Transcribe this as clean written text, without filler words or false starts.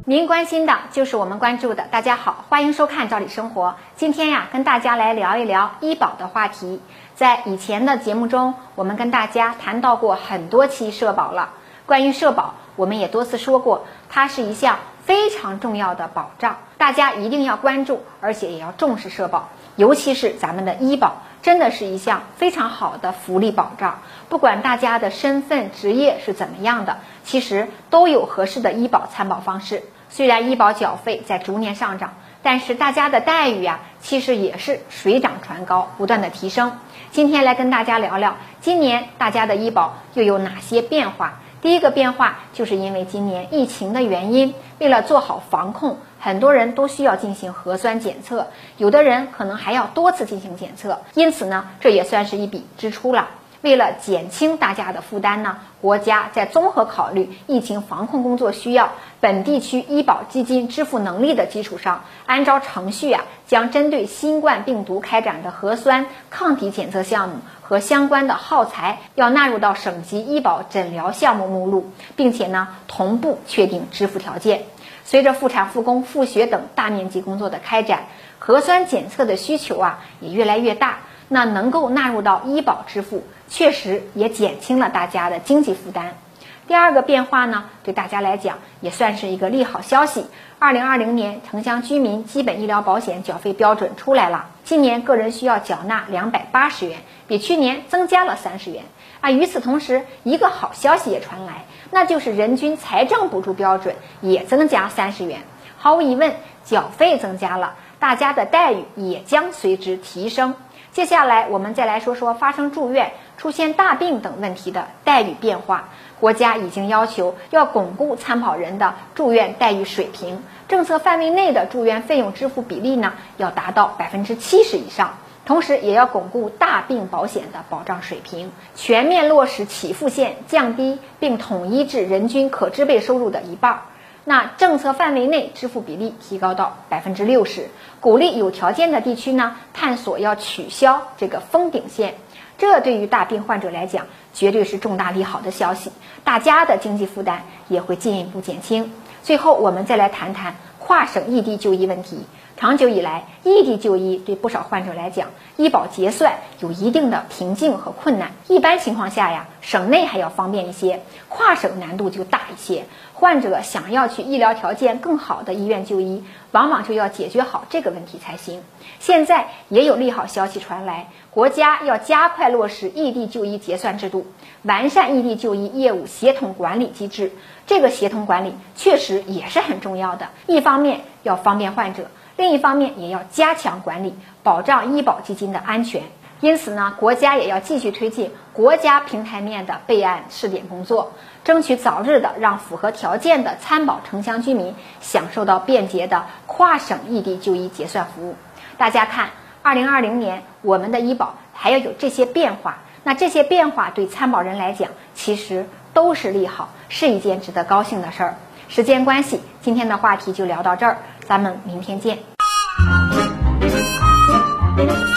您关心的就是我们关注的。大家好，欢迎收看《赵理生活》。今天呀，跟大家来聊一聊医保的话题。在以前的节目中，我们跟大家谈到过很多期社保了。关于社保，我们也多次说过，它是一项非常重要的保障，大家一定要关注，而且也要重视社保，尤其是咱们的医保，真的是一项非常好的福利保障。不管大家的身份、职业是怎么样的，其实都有合适的医保参保方式。虽然医保缴费在逐年上涨，但是大家的待遇呀，其实也是水涨船高，不断的提升。今天来跟大家聊聊，今年大家的医保又有哪些变化？第一个变化就是因为今年疫情的原因，为了做好防控，很多人都需要进行核酸检测，有的人可能还要多次进行检测，因此呢，这也算是一笔支出了。为了减轻大家的负担呢，国家在综合考虑疫情防控工作需要、本地区医保基金支付能力的基础上，按照程序将针对新冠病毒开展的核酸抗体检测项目和相关的耗材要纳入到省级医保诊疗项目目录，并且呢同步确定支付条件。随着复产复工复学等大面积工作的开展，核酸检测的需求也越来越大，那能够纳入到医保支付，确实也减轻了大家的经济负担。第二个变化呢，对大家来讲也算是一个利好消息。2020年城乡居民基本医疗保险缴费标准出来了，今年个人需要缴纳280元，比去年增加了30元。与此同时，一个好消息也传来，那就是人均财政补助标准也增加30元。毫无疑问，缴费增加了，大家的待遇也将随之提升。接下来我们再来说说发生住院、出现大病等问题的待遇变化。国家已经要求要巩固参保人的住院待遇水平，政策范围内的住院费用支付比例呢要达到70%以上，同时也要巩固大病保险的保障水平，全面落实起付线降低并统一至人均可支配收入的一半。那政策范围内支付比例提高到60%，鼓励有条件的地区呢探索要取消这个封顶线。这对于大病患者来讲，绝对是重大利好的消息，大家的经济负担也会进一步减轻。最后我们再来谈谈跨省异地就医问题。长久以来，异地就医对不少患者来讲，医保结算有一定的瓶颈和困难。一般情况下省内还要方便一些，跨省难度就大一些。患者想要去医疗条件更好的医院就医，往往就要解决好这个问题才行。现在也有利好消息传来，国家要加快落实异地就医结算制度，完善异地就医业务协同管理机制。这个协同管理确实也是很重要的，一方面要方便患者，另一方面也要加强管理，保障医保基金的安全。因此呢，国家也要继续推进国家平台面的备案试点工作，争取早日的让符合条件的参保城乡居民享受到便捷的跨省异地就医结算服务。大家看，2020年我们的医保还要有这些变化，那这些变化对参保人来讲其实都是利好，是一件值得高兴的事儿。时间关系，今天的话题就聊到这儿，咱们明天见。